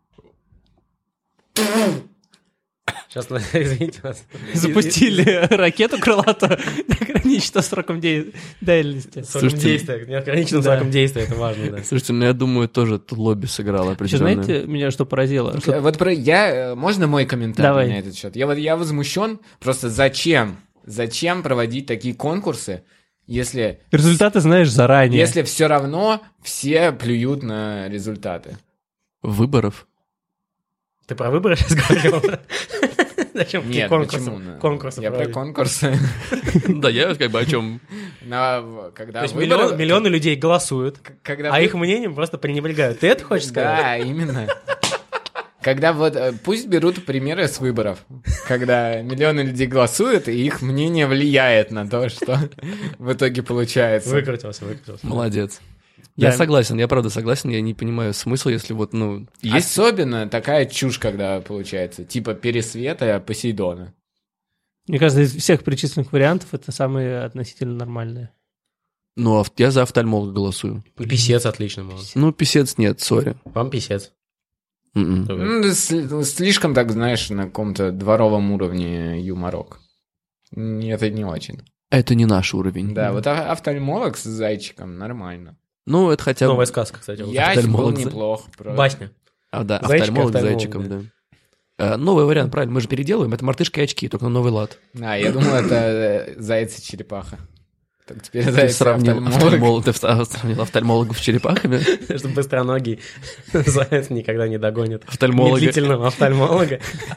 Сейчас, извините вас. Запустили ракету крылатую, ограниченную сроком де- дальности. Сроком Слушайте, действия, неограниченным да. сроком действия, это важно, да. Слушайте, ну я думаю, тоже тут лобби сыграло Еще определенное. знаете, меня что поразило? Что- Вот про я, э, можно мой комментарий Давай. на этот счет? Я вот я возмущен, просто зачем, зачем проводить такие конкурсы, если, Результаты знаешь заранее. если все равно все плюют на результаты. Выборов? Ты про выборы сейчас говорил? Зачем такие Нет, конкурсы? почему? Ну, Конкурсы Я про проводить? конкурсы. Да, я как бы о чем... На- в- Когда То есть выборы- миллион- миллионы людей голосуют, к- когда а вы- их мнением просто пренебрегают. Ты это хочешь сказать? Да, именно. Когда вот, э, пусть берут примеры с выборов, когда миллионы людей голосуют, и их мнение влияет на то, что в итоге получается. Выкрутился, выкрутился. Молодец. Я Да. согласен, я правда согласен, я не понимаю смысла, если вот, ну, есть... Особенно такая чушь, когда получается, типа Пересвета Посейдона. Мне кажется, из всех перечисленных вариантов это самые относительно нормальные. Ну, а я за офтальмолога голосую. И писец отлично, молодец. Ну, писец нет, сори. Вам писец. М-м. Ну, сли- слишком, так знаешь, на каком-то дворовом уровне юморок. М, Это не очень. Это не наш уровень. Да, вот а- офтальмолог с зайчиком нормально. Ну, это хотя бы... Новая сказка, кстати. вот. Ясь был офтальмолог за- неплох. про- Басня. А, да, Зайчик и офтальмолог с офтальмолог, зайчиком, да. да. А, новый вариант, правильно, мы же переделываем, это мартышка и очки, только на новый лад. А, я думал, это э, заяц и черепаха. Так теперь Ты заяц и сравнил, офтальмолог. офтальмолог, ты вста- сравнил офтальмологов с черепахами? Что быстроногий заяц никогда не догонит Офтальмолога. медлительного офтальмолога.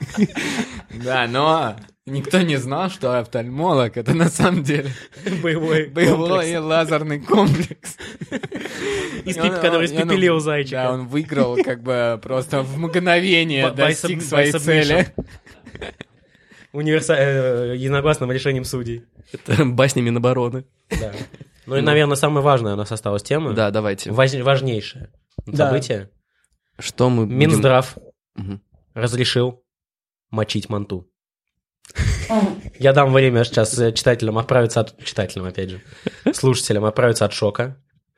Да, но никто не знал, что офтальмолог — это на самом деле Боевой боевой и лазерный комплекс. Испеп- И он- который он- и он- испепелил зайчика. Да, он выиграл как бы просто в мгновение By- by достиг sub- своей by цели. Универса... э, единогласным решением судей. Это басня Минобороны. Да. Ну и, наверное, самое важное у нас осталась тема. Да, давайте. Важ- Важнейшее Да. событие. Что мы будем- Минздрав Мгм. разрешил мочить манту. Я дам время сейчас э, читателям отправиться от... Читателям, опять же. Слушателям отправиться от шока.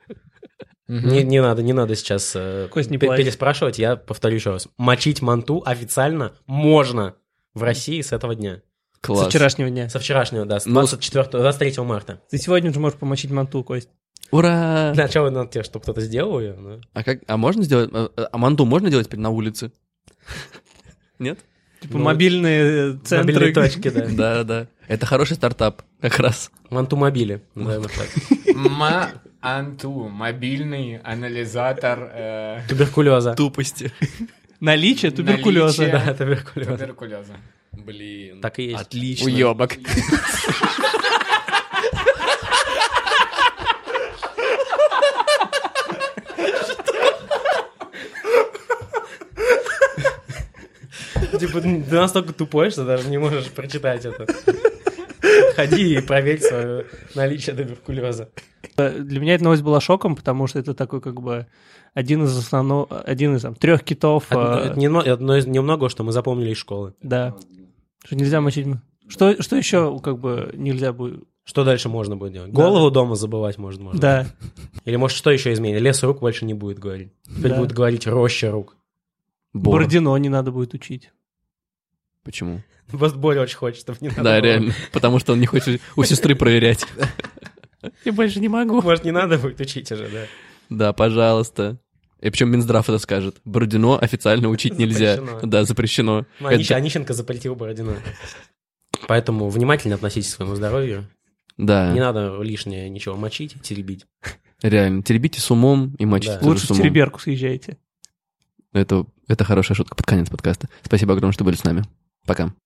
Не, не надо, не надо сейчас э, Кость, не пе- плачь. переспрашивать. Я повторю еще раз. Мочить манту официально можно в России с этого дня. Со Класс. вчерашнего дня. Со вчерашнего, да, с Ну, двадцать четвёртого, двадцать третьего марта. Ты сегодня уже можешь помочить манту, Кость. Ура! Сначала надо тебе, чтобы кто-то сделал ее. да. А как? А можно сделать? А а манту можно делать теперь на улице? Нет? Типа Ну, мобильные э, центры. Мобильные точки, да. Да, да. Это хороший стартап, как раз. Манту-мобили, назовем их так. Ма-анту, мобильный анализатор э, Туберкулеза. Тупости. Наличие туберкулеза. Наличие. Да, туберкулеза. туберкулеза. Блин. Так и есть. Отлично. Уебок. Типа, ты настолько тупой, что даже не можешь прочитать это. Ходи и проверь свое наличие туберкулеза. Э, Для меня эта новость была шоком, потому что это такой как бы один из основных, один из там, трех китов. Одно, э, это не- одно из немногого, что мы запомнили из школы. Да. Что нельзя мочить. м- Что, что еще как бы нельзя будет? Что дальше можно будет делать? Да. Голову дома забывать может, можно. Да. Или может что еще изменить? Лес рук больше не будет говорить. Теперь Да. будет говорить роща рук. Бор. Бородино не надо будет учить. Почему? Просто Боря очень хочет, чтобы не надо Да, было. реально. Потому что он не хочет у сестры проверять. Я больше не могу. Может, не надо будет учить уже, да? Да, пожалуйста. И причем Минздрав это скажет. Бородино официально учить нельзя. Запрещено. Да, запрещено. Ну, Онищ- Это- Онищенко запретил Бородино. Поэтому внимательно относитесь к своему здоровью. Да, Не надо лишнее ничего мочить, теребить. реально. Теребите с умом и мочите Да. тоже Лучше с в умом. Тереберку съезжайте. Это, это хорошая шутка под конец подкаста. Спасибо огромное, что были с нами. Пока.